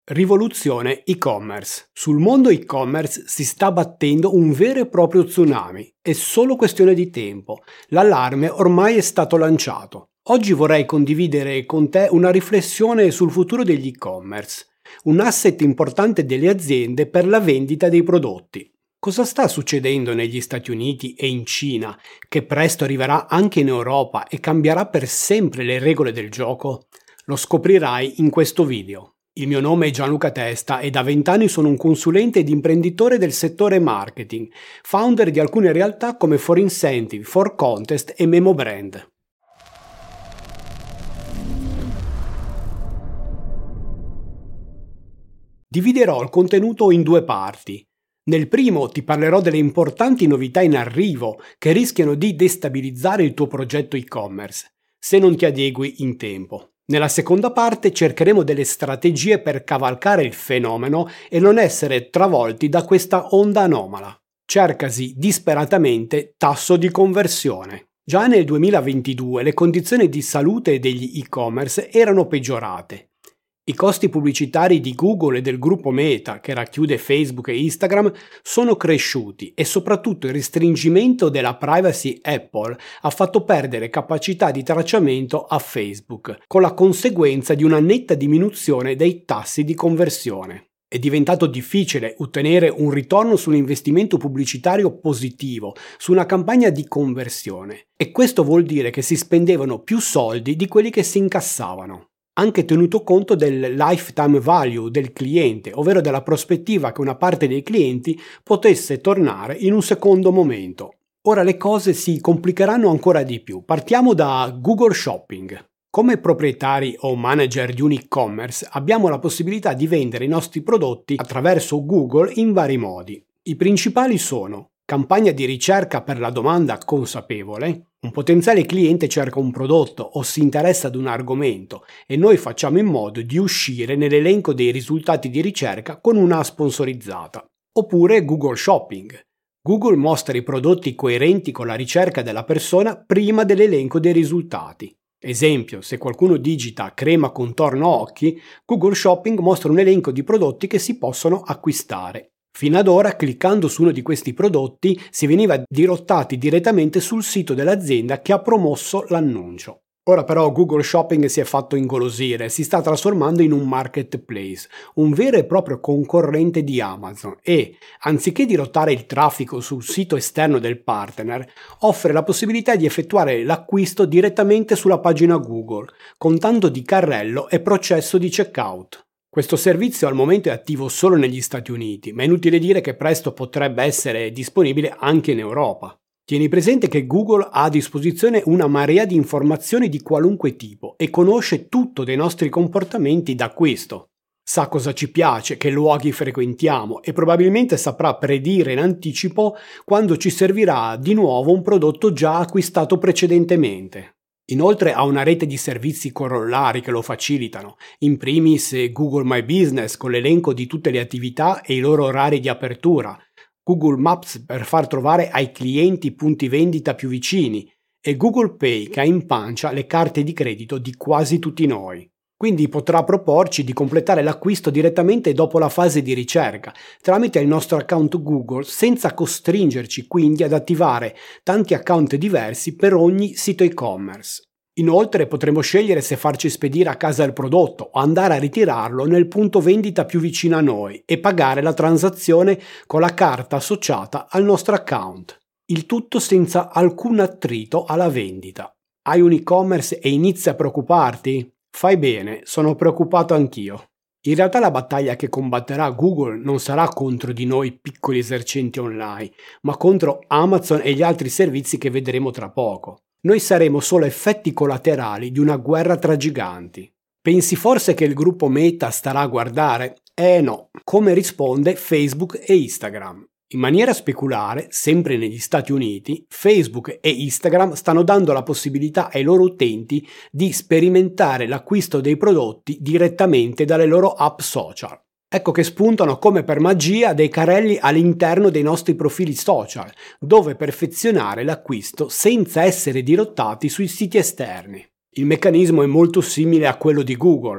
Rivoluzione e-commerce. Sul mondo e-commerce si sta battendo un vero e proprio tsunami. È solo questione di tempo. L'allarme ormai è stato lanciato. Oggi vorrei condividere con te una riflessione sul futuro degli e-commerce, un asset importante delle aziende per la vendita dei prodotti. Cosa sta succedendo negli Stati Uniti e in Cina, che presto arriverà anche in Europa e cambierà per sempre le regole del gioco? Lo scoprirai in questo video. Il mio nome è Gianluca Testa e da 20 anni sono un consulente ed imprenditore del settore marketing, founder di alcune realtà come For Incentive, For Contest e Memo Brand. Dividerò il contenuto in due parti. Nel primo ti parlerò delle importanti novità in arrivo che rischiano di destabilizzare il tuo progetto e-commerce, se non ti adegui in tempo. Nella seconda parte cercheremo delle strategie per cavalcare il fenomeno e non essere travolti da questa onda anomala. Cercasi disperatamente tasso di conversione. Già nel 2022 le condizioni di salute degli e-commerce erano peggiorate. I costi pubblicitari di Google e del gruppo Meta, che racchiude Facebook e Instagram, sono cresciuti e soprattutto il restringimento della privacy Apple ha fatto perdere capacità di tracciamento a Facebook, con la conseguenza di una netta diminuzione dei tassi di conversione. È diventato difficile ottenere un ritorno sull'investimento pubblicitario positivo su una campagna di conversione e questo vuol dire che si spendevano più soldi di quelli che si incassavano. Anche tenuto conto del lifetime value del cliente, ovvero della prospettiva che una parte dei clienti potesse tornare in un secondo momento. Ora le cose si complicheranno ancora di più. Partiamo da Google Shopping. Come proprietari o manager di un e-commerce abbiamo la possibilità di vendere i nostri prodotti attraverso Google in vari modi. I principali sono: campagna di ricerca per la domanda consapevole. Un potenziale cliente cerca un prodotto o si interessa ad un argomento e noi facciamo in modo di uscire nell'elenco dei risultati di ricerca con una sponsorizzata. Oppure Google Shopping. Google mostra i prodotti coerenti con la ricerca della persona prima dell'elenco dei risultati. Esempio, se qualcuno digita crema contorno occhi, Google Shopping mostra un elenco di prodotti che si possono acquistare. Fino ad ora, cliccando su uno di questi prodotti, si veniva dirottati direttamente sul sito dell'azienda che ha promosso l'annuncio. Ora però Google Shopping si è fatto ingolosire, si sta trasformando in un marketplace, un vero e proprio concorrente di Amazon e, anziché dirottare il traffico sul sito esterno del partner, offre la possibilità di effettuare l'acquisto direttamente sulla pagina Google, con tanto di carrello e processo di checkout. Questo servizio al momento è attivo solo negli Stati Uniti, ma è inutile dire che presto potrebbe essere disponibile anche in Europa. Tieni presente che Google ha a disposizione una marea di informazioni di qualunque tipo e conosce tutto dei nostri comportamenti d'acquisto. Sa cosa ci piace, che luoghi frequentiamo e probabilmente saprà predire in anticipo quando ci servirà di nuovo un prodotto già acquistato precedentemente. Inoltre ha una rete di servizi corollari che lo facilitano, in primis Google My Business con l'elenco di tutte le attività e i loro orari di apertura, Google Maps per far trovare ai clienti punti vendita più vicini e Google Pay che ha in pancia le carte di credito di quasi tutti noi. Quindi potrà proporci di completare l'acquisto direttamente dopo la fase di ricerca, tramite il nostro account Google, senza costringerci quindi ad attivare tanti account diversi per ogni sito e-commerce. Inoltre potremo scegliere se farci spedire a casa il prodotto o andare a ritirarlo nel punto vendita più vicino a noi e pagare la transazione con la carta associata al nostro account. Il tutto senza alcun attrito alla vendita. Hai un e-commerce e inizi a preoccuparti? Fai bene, sono preoccupato anch'io. In realtà la battaglia che combatterà Google non sarà contro di noi piccoli esercenti online, ma contro Amazon e gli altri servizi che vedremo tra poco. Noi saremo solo effetti collaterali di una guerra tra giganti. Pensi forse che il gruppo Meta starà a guardare? No. Come risponde Facebook e Instagram? In maniera speculare, sempre negli Stati Uniti, Facebook e Instagram stanno dando la possibilità ai loro utenti di sperimentare l'acquisto dei prodotti direttamente dalle loro app social. Ecco che spuntano come per magia dei carrelli all'interno dei nostri profili social, dove perfezionare l'acquisto senza essere dirottati sui siti esterni. Il meccanismo è molto simile a quello di Google.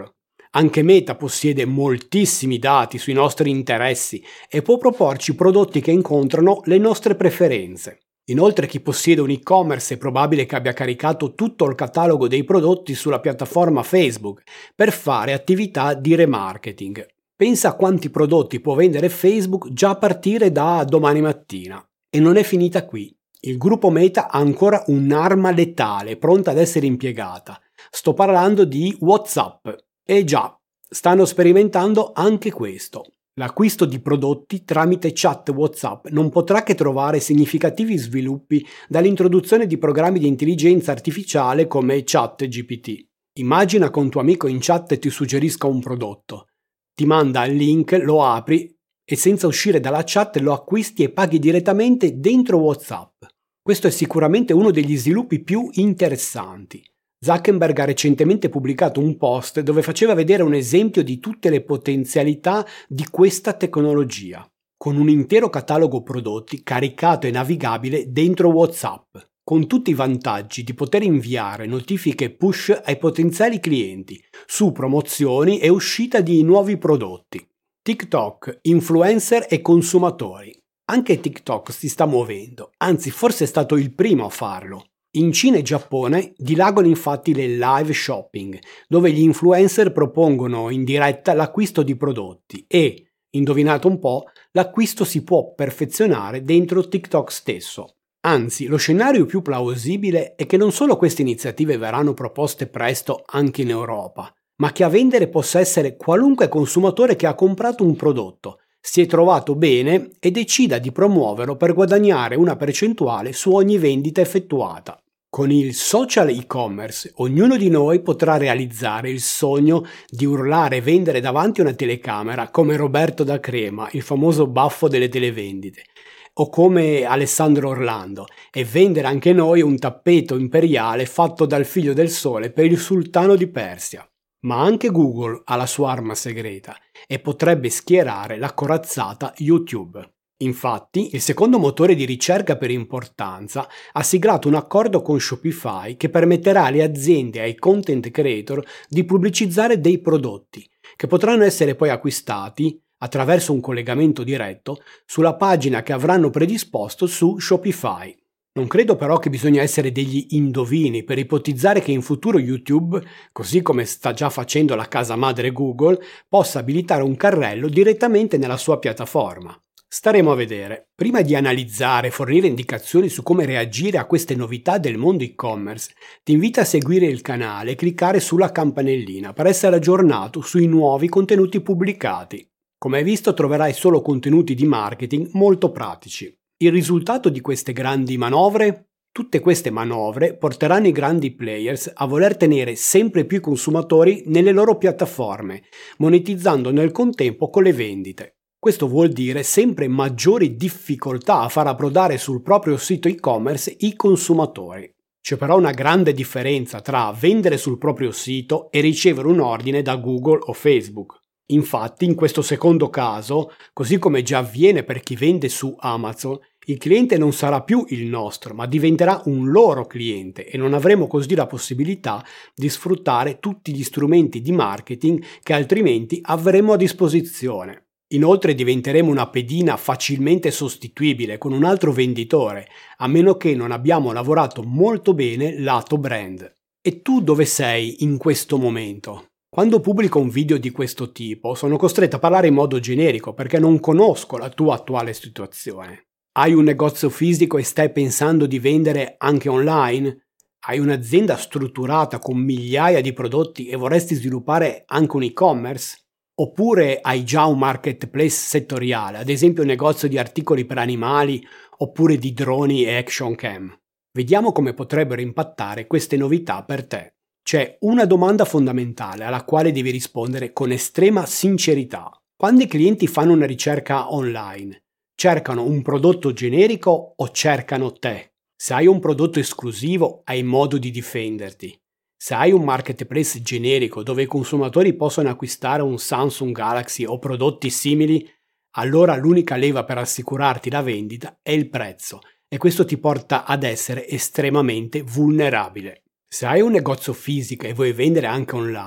Anche Meta possiede moltissimi dati sui nostri interessi e può proporci prodotti che incontrano le nostre preferenze. Inoltre, chi possiede un e-commerce è probabile che abbia caricato tutto il catalogo dei prodotti sulla piattaforma Facebook per fare attività di remarketing. Pensa a quanti prodotti può vendere Facebook già a partire da domani mattina. E non è finita qui. Il gruppo Meta ha ancora un'arma letale pronta ad essere impiegata. Sto parlando di WhatsApp. E già, stanno sperimentando anche questo. L'acquisto di prodotti tramite chat WhatsApp non potrà che trovare significativi sviluppi dall'introduzione di programmi di intelligenza artificiale come ChatGPT. Immagina che un tuo amico in chat ti suggerisca un prodotto. Ti manda il link, lo apri e senza uscire dalla chat lo acquisti e paghi direttamente dentro WhatsApp. Questo è sicuramente uno degli sviluppi più interessanti. Zuckerberg ha recentemente pubblicato un post dove faceva vedere un esempio di tutte le potenzialità di questa tecnologia, con un intero catalogo prodotti caricato e navigabile dentro WhatsApp, con tutti i vantaggi di poter inviare notifiche push ai potenziali clienti su promozioni e uscita di nuovi prodotti. TikTok, influencer e consumatori. Anche TikTok si sta muovendo, anzi forse è stato il primo a farlo. In Cina e Giappone dilagano infatti le live shopping, dove gli influencer propongono in diretta l'acquisto di prodotti e, indovinate un po', l'acquisto si può perfezionare dentro TikTok stesso. Anzi, lo scenario più plausibile è che non solo queste iniziative verranno proposte presto anche in Europa, ma che a vendere possa essere qualunque consumatore che ha comprato un prodotto, si è trovato bene e decida di promuoverlo per guadagnare una percentuale su ogni vendita effettuata. Con il social e-commerce ognuno di noi potrà realizzare il sogno di urlare e vendere davanti a una telecamera come Roberto da Crema, il famoso baffo delle televendite, o come Alessandro Orlando, e vendere anche noi un tappeto imperiale fatto dal figlio del sole per il sultano di Persia. Ma anche Google ha la sua arma segreta e potrebbe schierare la corazzata YouTube. Infatti, il secondo motore di ricerca per importanza ha siglato un accordo con Shopify che permetterà alle aziende e ai content creator di pubblicizzare dei prodotti, che potranno essere poi acquistati attraverso un collegamento diretto sulla pagina che avranno predisposto su Shopify. Non credo però che bisogna essere degli indovini per ipotizzare che in futuro YouTube, così come sta già facendo la casa madre Google, possa abilitare un carrello direttamente nella sua piattaforma. Staremo a vedere. Prima di analizzare e fornire indicazioni su come reagire a queste novità del mondo e-commerce, ti invito a seguire il canale e cliccare sulla campanellina per essere aggiornato sui nuovi contenuti pubblicati. Come hai visto, troverai solo contenuti di marketing molto pratici. Il risultato di queste grandi manovre? Tutte queste manovre porteranno i grandi players a voler tenere sempre più consumatori nelle loro piattaforme, monetizzando nel contempo con le vendite. Questo vuol dire sempre maggiori difficoltà a far approdare sul proprio sito e-commerce i consumatori. C'è però una grande differenza tra vendere sul proprio sito e ricevere un ordine da Google o Facebook. Infatti, in questo secondo caso, così come già avviene per chi vende su Amazon, il cliente non sarà più il nostro, ma diventerà un loro cliente e non avremo così la possibilità di sfruttare tutti gli strumenti di marketing che altrimenti avremo a disposizione. Inoltre diventeremo una pedina facilmente sostituibile con un altro venditore, a meno che non abbiamo lavorato molto bene lato brand. E tu dove sei in questo momento? Quando pubblico un video di questo tipo sono costretto a parlare in modo generico perché non conosco la tua attuale situazione. Hai un negozio fisico e stai pensando di vendere anche online? Hai un'azienda strutturata con migliaia di prodotti e vorresti sviluppare anche un e-commerce? Oppure hai già un marketplace settoriale, ad esempio un negozio di articoli per animali oppure di droni e action cam? Vediamo come potrebbero impattare queste novità per te. C'è una domanda fondamentale alla quale devi rispondere con estrema sincerità. Quando i clienti fanno una ricerca online, cercano un prodotto generico o cercano te? Se hai un prodotto esclusivo, hai modo di difenderti. Se hai un marketplace generico dove i consumatori possono acquistare un Samsung Galaxy o prodotti simili, allora l'unica leva per assicurarti la vendita è il prezzo e questo ti porta ad essere estremamente vulnerabile. Se hai un negozio fisico e vuoi vendere anche online,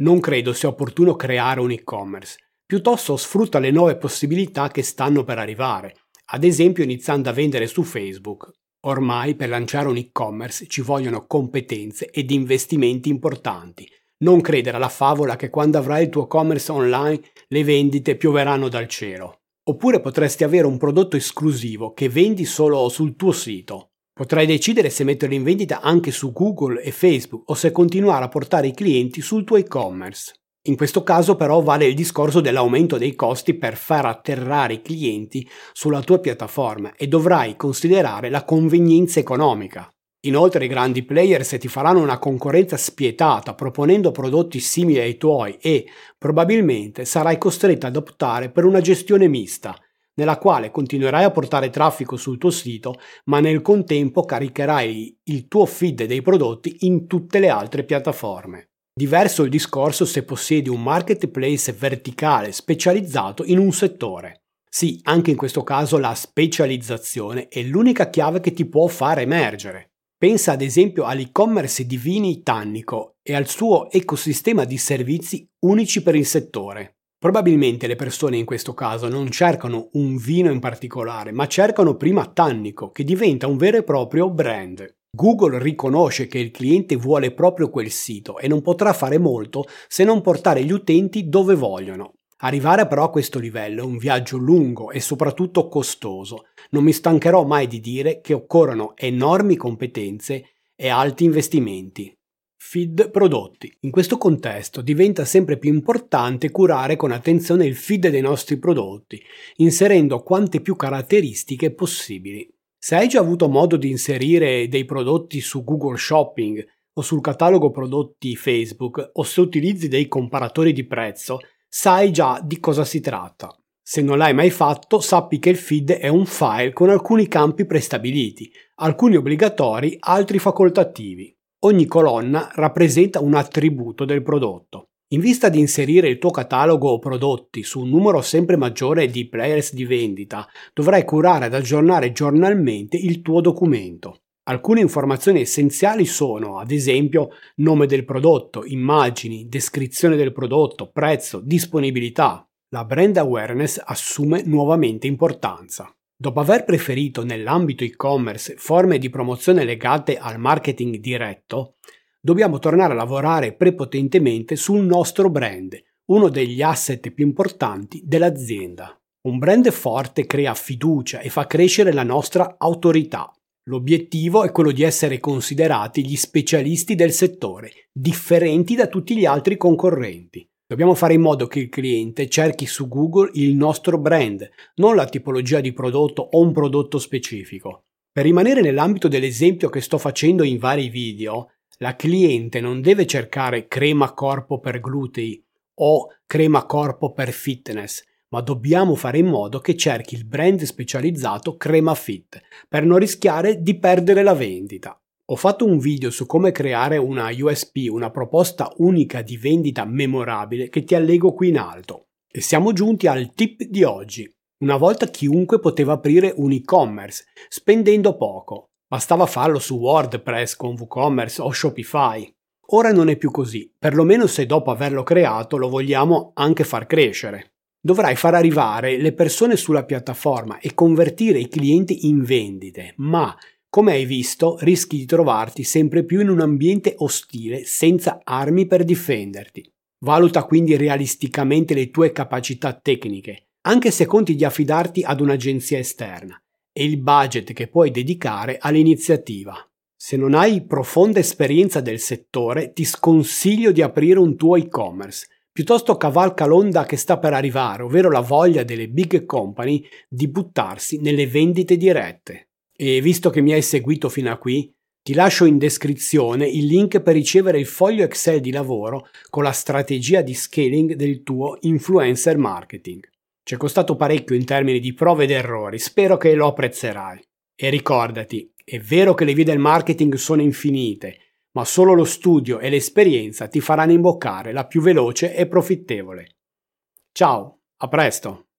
Non credo sia opportuno creare un e-commerce, piuttosto sfrutta le nuove possibilità che stanno per arrivare, ad esempio iniziando a vendere su Facebook. Ormai per lanciare un e-commerce ci vogliono competenze ed investimenti importanti. Non credere alla favola che quando avrai il tuo e-commerce online le vendite pioveranno dal cielo. Oppure potresti avere un prodotto esclusivo che vendi solo sul tuo sito. Potrai decidere se metterlo in vendita anche su Google e Facebook o se continuare a portare i clienti sul tuo e-commerce. In questo caso però vale il discorso dell'aumento dei costi per far atterrare i clienti sulla tua piattaforma e dovrai considerare la convenienza economica. Inoltre i grandi players ti faranno una concorrenza spietata proponendo prodotti simili ai tuoi e probabilmente sarai costretto ad optare per una gestione mista, nella quale continuerai a portare traffico sul tuo sito, ma nel contempo caricherai il tuo feed dei prodotti in tutte le altre piattaforme. Diverso il discorso se possiedi un marketplace verticale specializzato in un settore. Sì, anche in questo caso la specializzazione è l'unica chiave che ti può far emergere. Pensa ad esempio all'e-commerce di Vini Tannico e al suo ecosistema di servizi unici per il settore. Probabilmente le persone in questo caso non cercano un vino in particolare, ma cercano prima Tannico, che diventa un vero e proprio brand. Google riconosce che il cliente vuole proprio quel sito e non potrà fare molto se non portare gli utenti dove vogliono. Arrivare però a questo livello è un viaggio lungo e soprattutto costoso. Non mi stancherò mai di dire che occorrono enormi competenze e alti investimenti. Feed prodotti. In questo contesto diventa sempre più importante curare con attenzione il feed dei nostri prodotti, inserendo quante più caratteristiche possibili. Se hai già avuto modo di inserire dei prodotti su Google Shopping o sul catalogo prodotti Facebook o se utilizzi dei comparatori di prezzo, sai già di cosa si tratta. Se non l'hai mai fatto, sappi che il feed è un file con alcuni campi prestabiliti, alcuni obbligatori, altri facoltativi. Ogni colonna rappresenta un attributo del prodotto. In vista di inserire il tuo catalogo prodotti su un numero sempre maggiore di players di vendita, dovrai curare ed aggiornare giornalmente il tuo documento. Alcune informazioni essenziali sono, ad esempio, nome del prodotto, immagini, descrizione del prodotto, prezzo, disponibilità. La brand awareness assume nuovamente importanza. Dopo aver preferito nell'ambito e-commerce forme di promozione legate al marketing diretto, dobbiamo tornare a lavorare prepotentemente sul nostro brand, uno degli asset più importanti dell'azienda. Un brand forte crea fiducia e fa crescere la nostra autorità. L'obiettivo è quello di essere considerati gli specialisti del settore, differenti da tutti gli altri concorrenti. Dobbiamo fare in modo che il cliente cerchi su Google il nostro brand, non la tipologia di prodotto o un prodotto specifico. Per rimanere nell'ambito dell'esempio che sto facendo in vari video, la cliente non deve cercare crema corpo per glutei o crema corpo per fitness, ma dobbiamo fare in modo che cerchi il brand specializzato Crema Fit, per non rischiare di perdere la vendita. Ho fatto un video su come creare una USP, una proposta unica di vendita memorabile che ti allego qui in alto. E siamo giunti al tip di oggi. Una volta chiunque poteva aprire un e-commerce, spendendo poco. Bastava farlo su WordPress con WooCommerce o Shopify. Ora non è più così, perlomeno se dopo averlo creato lo vogliamo anche far crescere. Dovrai far arrivare le persone sulla piattaforma e convertire i clienti in vendite, ma come hai visto, rischi di trovarti sempre più in un ambiente ostile senza armi per difenderti. Valuta quindi realisticamente le tue capacità tecniche, anche se conti di affidarti ad un'agenzia esterna, e il budget che puoi dedicare all'iniziativa. Se non hai profonda esperienza del settore, ti sconsiglio di aprire un tuo e-commerce. Piuttosto cavalca l'onda che sta per arrivare, ovvero la voglia delle big company di buttarsi nelle vendite dirette. E visto che mi hai seguito fino a qui, ti lascio in descrizione il link per ricevere il foglio Excel di lavoro con la strategia di scaling del tuo influencer marketing. Ci è costato parecchio in termini di prove ed errori, spero che lo apprezzerai. E ricordati, è vero che le vie del marketing sono infinite, ma solo lo studio e l'esperienza ti faranno imboccare la più veloce e profittevole. Ciao, a presto!